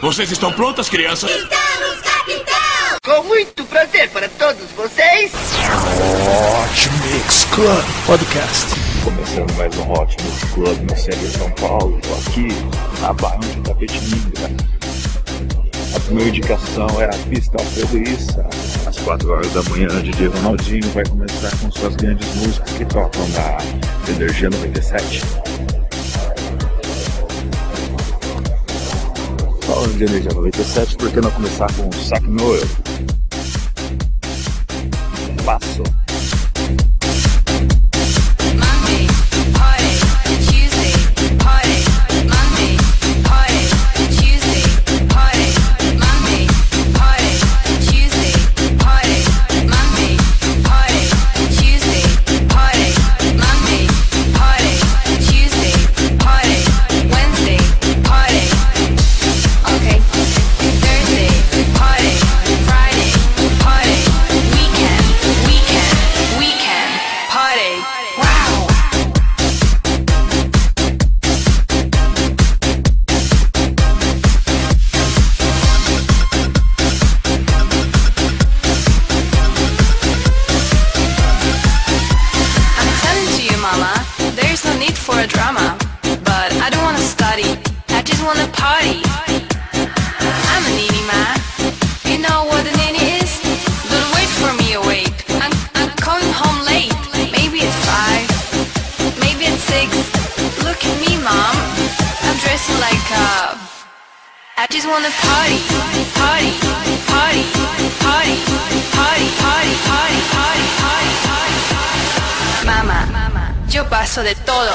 Vocês estão prontas, crianças? Estamos, capitão! Com muito prazer para todos vocês. Hot Mix Club Podcast. Começando mais um Hot Mix Club no centro de São Paulo. Estou aqui na Barra de Tapetininga. A primeira indicação é a pista Alfredo Issa. Às 4 horas da manhã, DJ Ronaldinho vai começar com suas grandes músicas que tocam na Energia 97. Falando de Energia 97, por que não começar com Saque Noel? Passo. Yo paso de todo.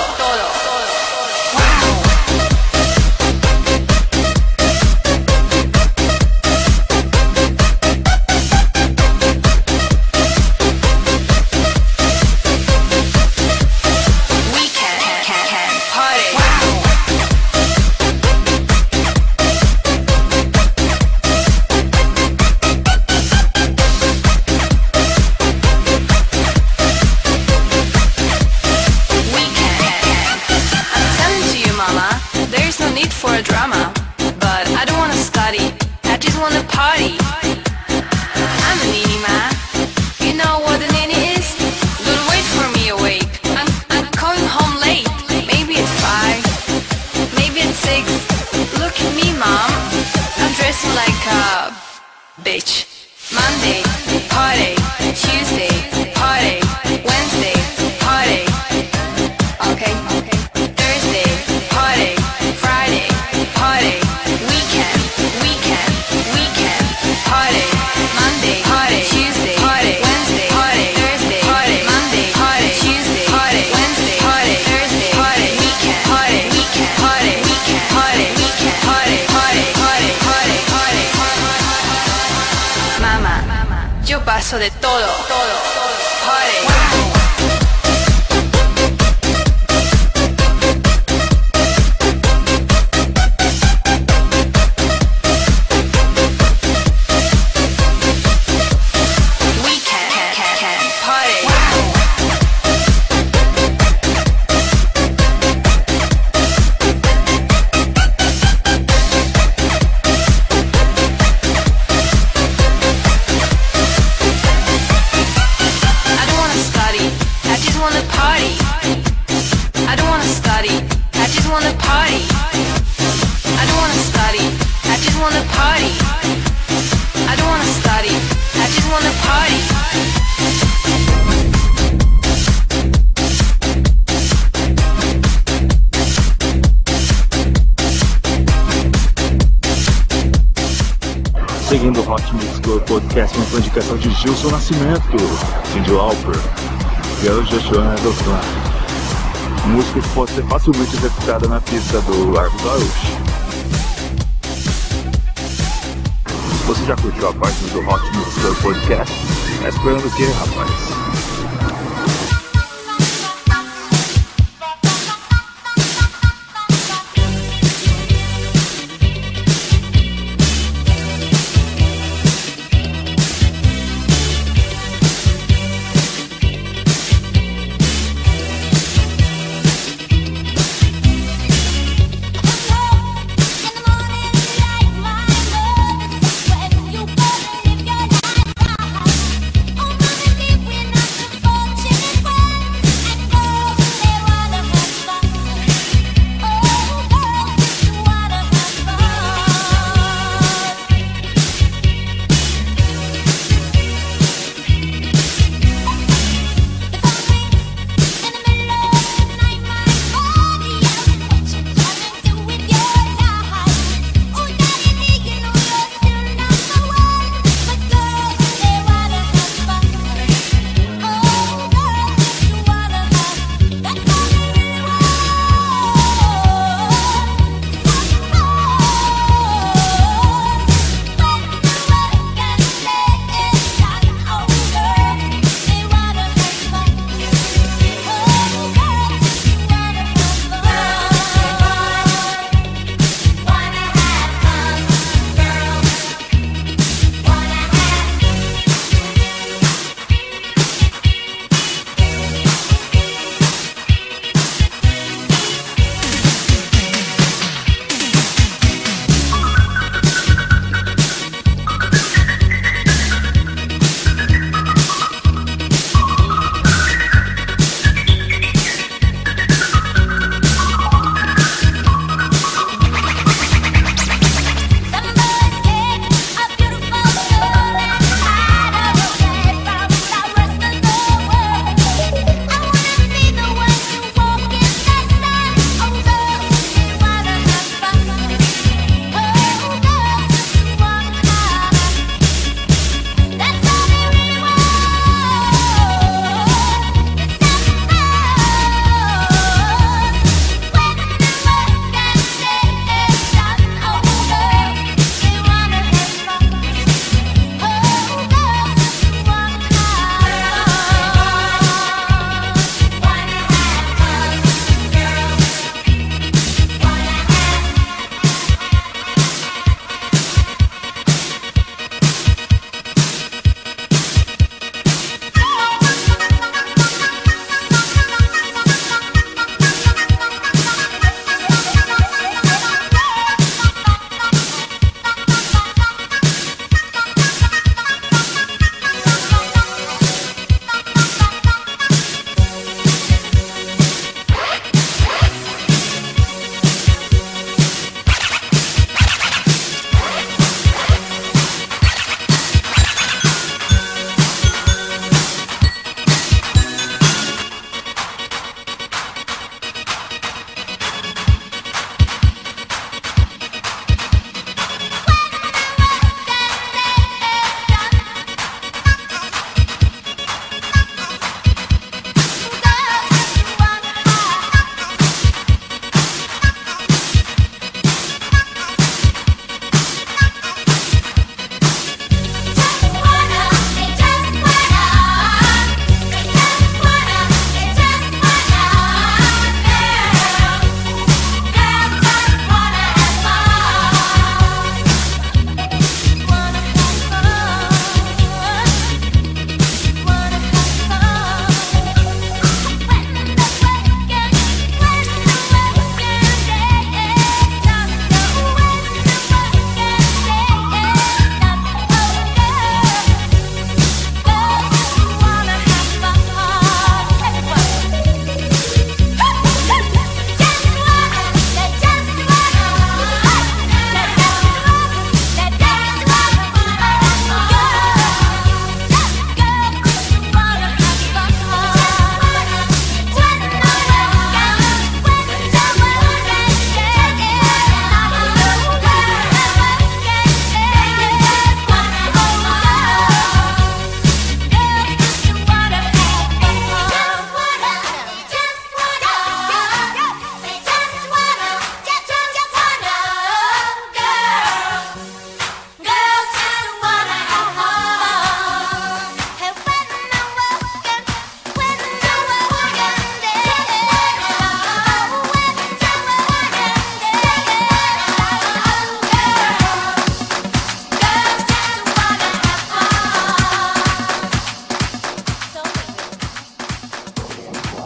Bitch. Monday, party. Tuesday, party. Wednesday, party. Okay. Thursday, party. Friday, party. Weekend, party. Monday, party. Tuesday, party. Wednesday, party. Thursday, party. Monday, party. Tuesday, party. Wednesday, party. Thursday, party. Weekend, party. Yo paso de todo. Seguindo o Hot Mix Club Podcast, uma indicação de Gilson Nascimento, Cindy Lauper, Girl Joshua Doutor. Música que pode ser facilmente executada na pista do Largo Gaúcho. Você já curtiu a parte do Hot Mix Club Podcast? Tá esperando o que, rapaz? In the morning, light my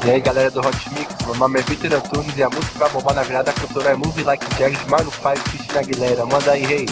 E aí galera do Hot Mix, meu nome é Vitor Antunes e a música que vai bombar na virada cultural é Move Like Jagger de Maroon 5 e Christina Aguilera. Manda aí, rei!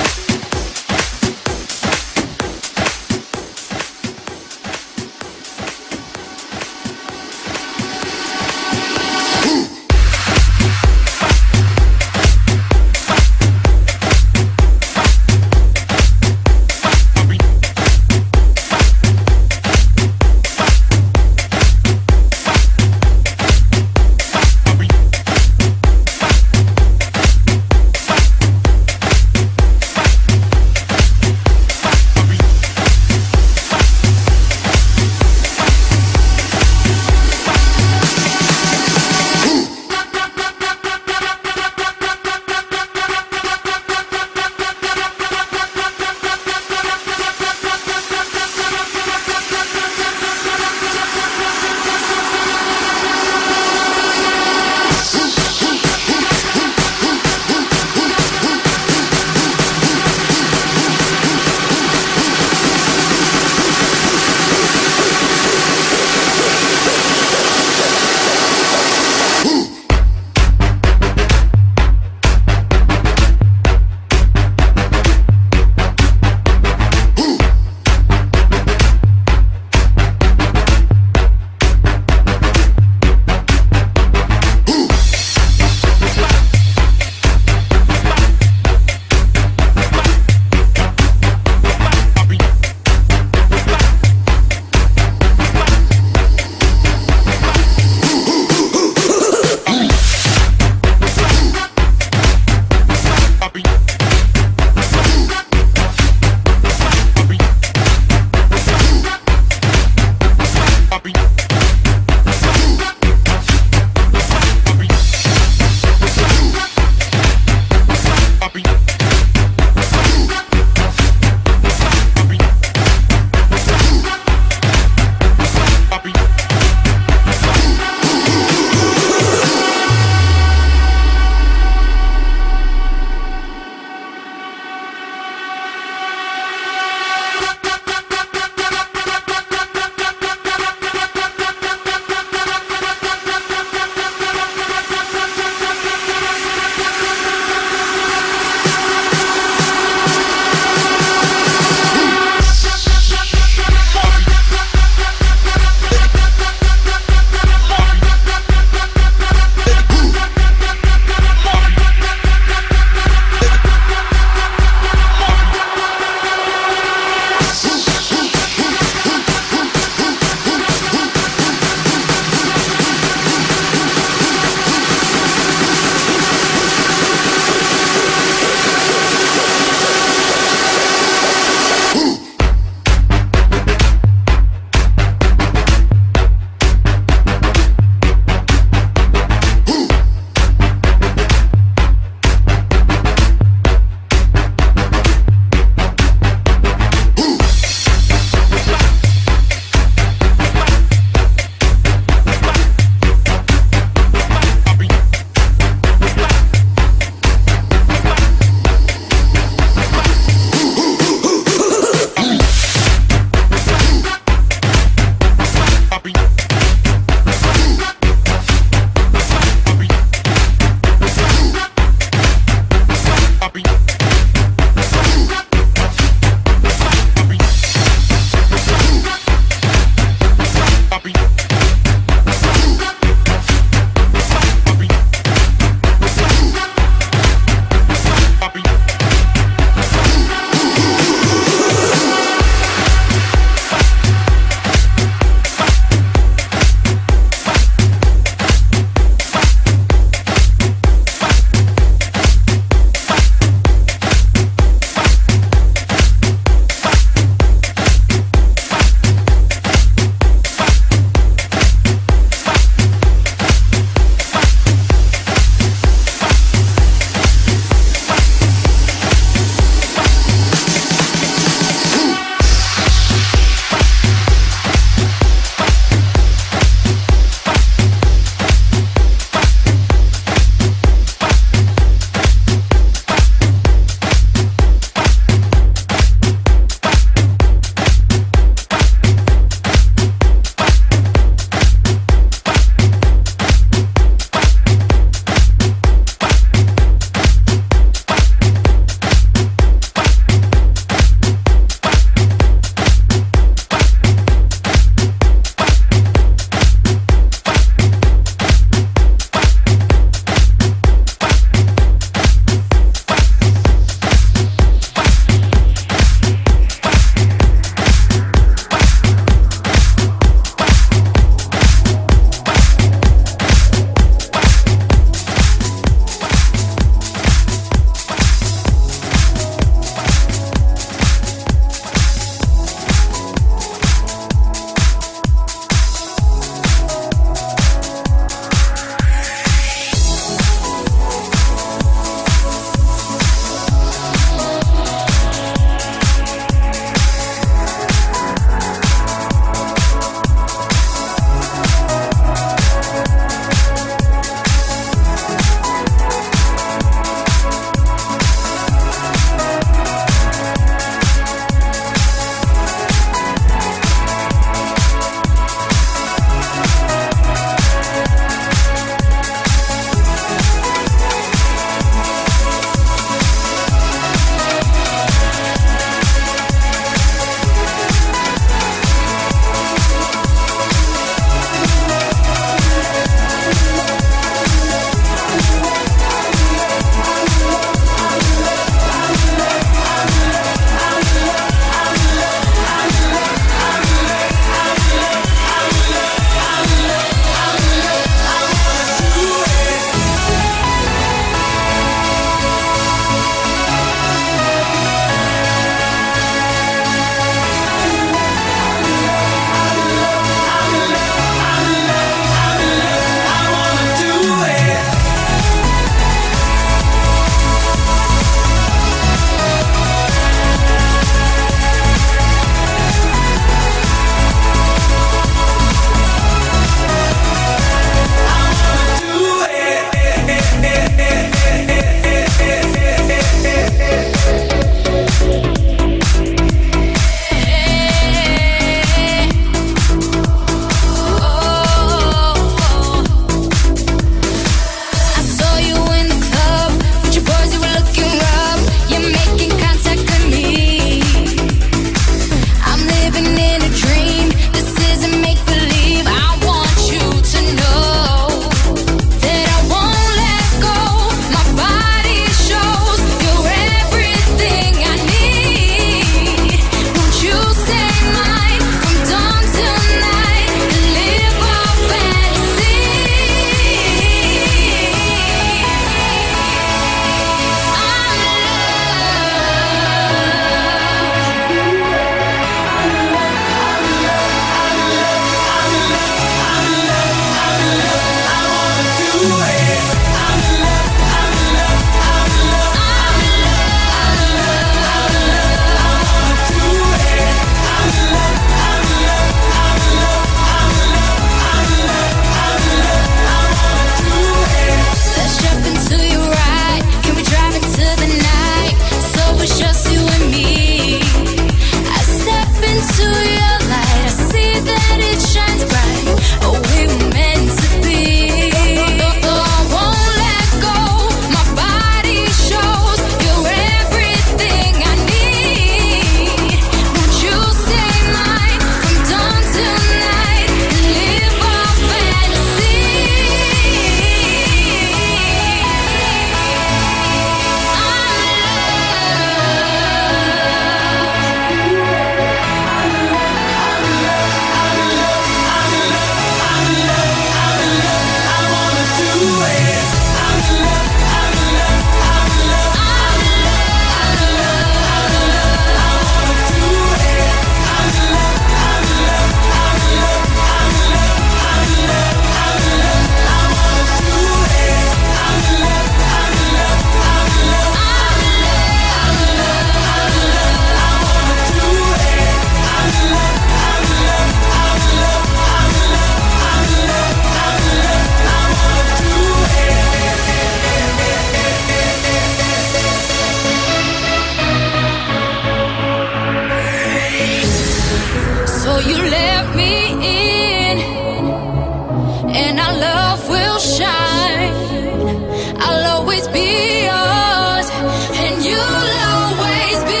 and our love will shine. I'll always be yours, and you'll always be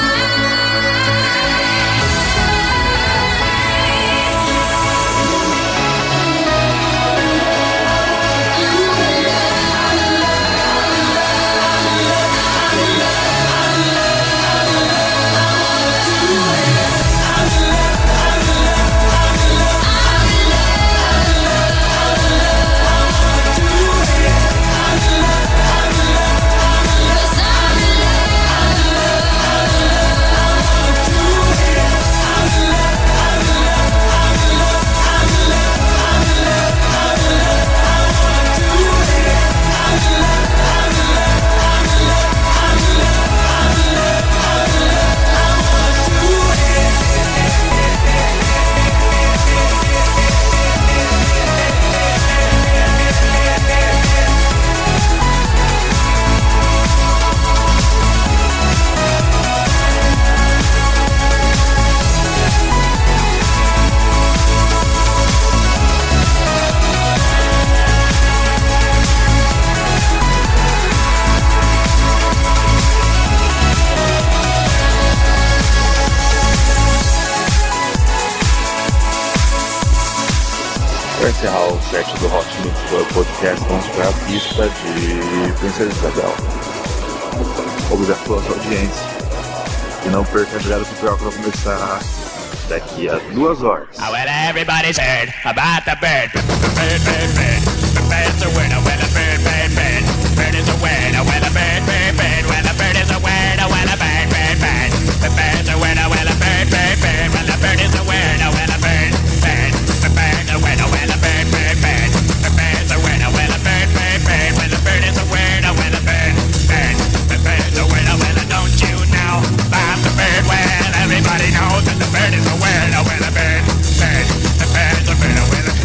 Para encerrar o set do Hot Mix Club Podcast, vamos para a pista de Princesa Isabel. Obrigado pela sua audiência. E não perca a jogada cultural que vai começar daqui a 2 horas. Oh, well, everybody's heard about the bird. Bird, bird, bird. The bird's a word. Oh, well, a bird, bird, bird. Bird is a word. Oh, well, a bird, bird, bird. Well, a bird is a word. Oh, well, a bird, bird, bird. The bird's a word. Oh, well, a bird, bird, bird. Well, a bird is a word. Oh, well, a bird, bird. The bird's a word. Oh, well, a bird, bird, bird. The bird's a word. Oh, well, a bird, bird, bird. Well, a bird is a word. Oh, well, a bird, bird. The bird's a word. Oh, well, don't you know about the bird? Well, everybody knows that the bird is a word. Oh, well, a bird, bird. The bird's a word. Oh, well,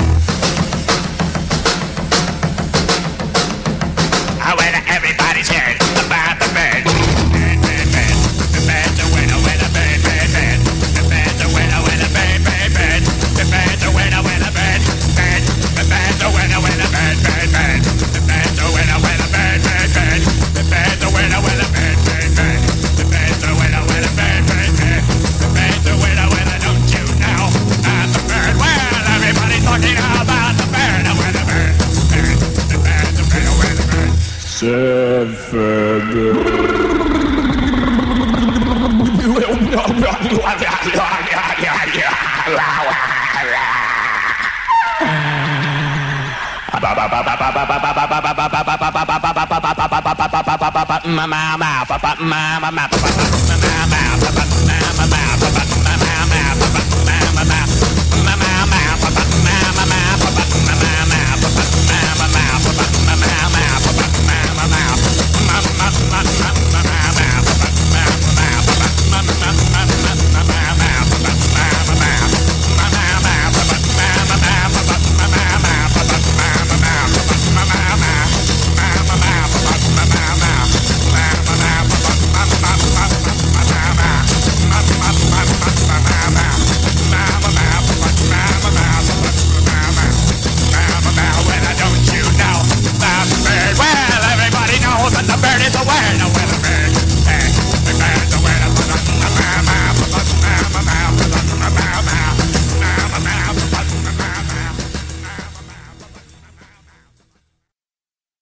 oh, well, everybody's heard about the bird. Bird, bird, bird. The bird's a word. Oh, well, a bird, bird, bird. The bird's a word. Oh, well, a bird, bird, bird. The bird's a word. Oh, well, a bird, bird. The bird's a word. Oh, well, a bird, bird, bird. The bird's a word. Oh, well, a bird, bird, bird. The bird's a word. Oh, well, a bird, bird, bird. The bird's a word. Oh, well, a bird, bird, bird. The bird's a word. Oh, well, don't you know about the bird? Well, everybody's talking about the bird. Oh, well, a bird, bird. The bird's a word. Oh, well, a bird.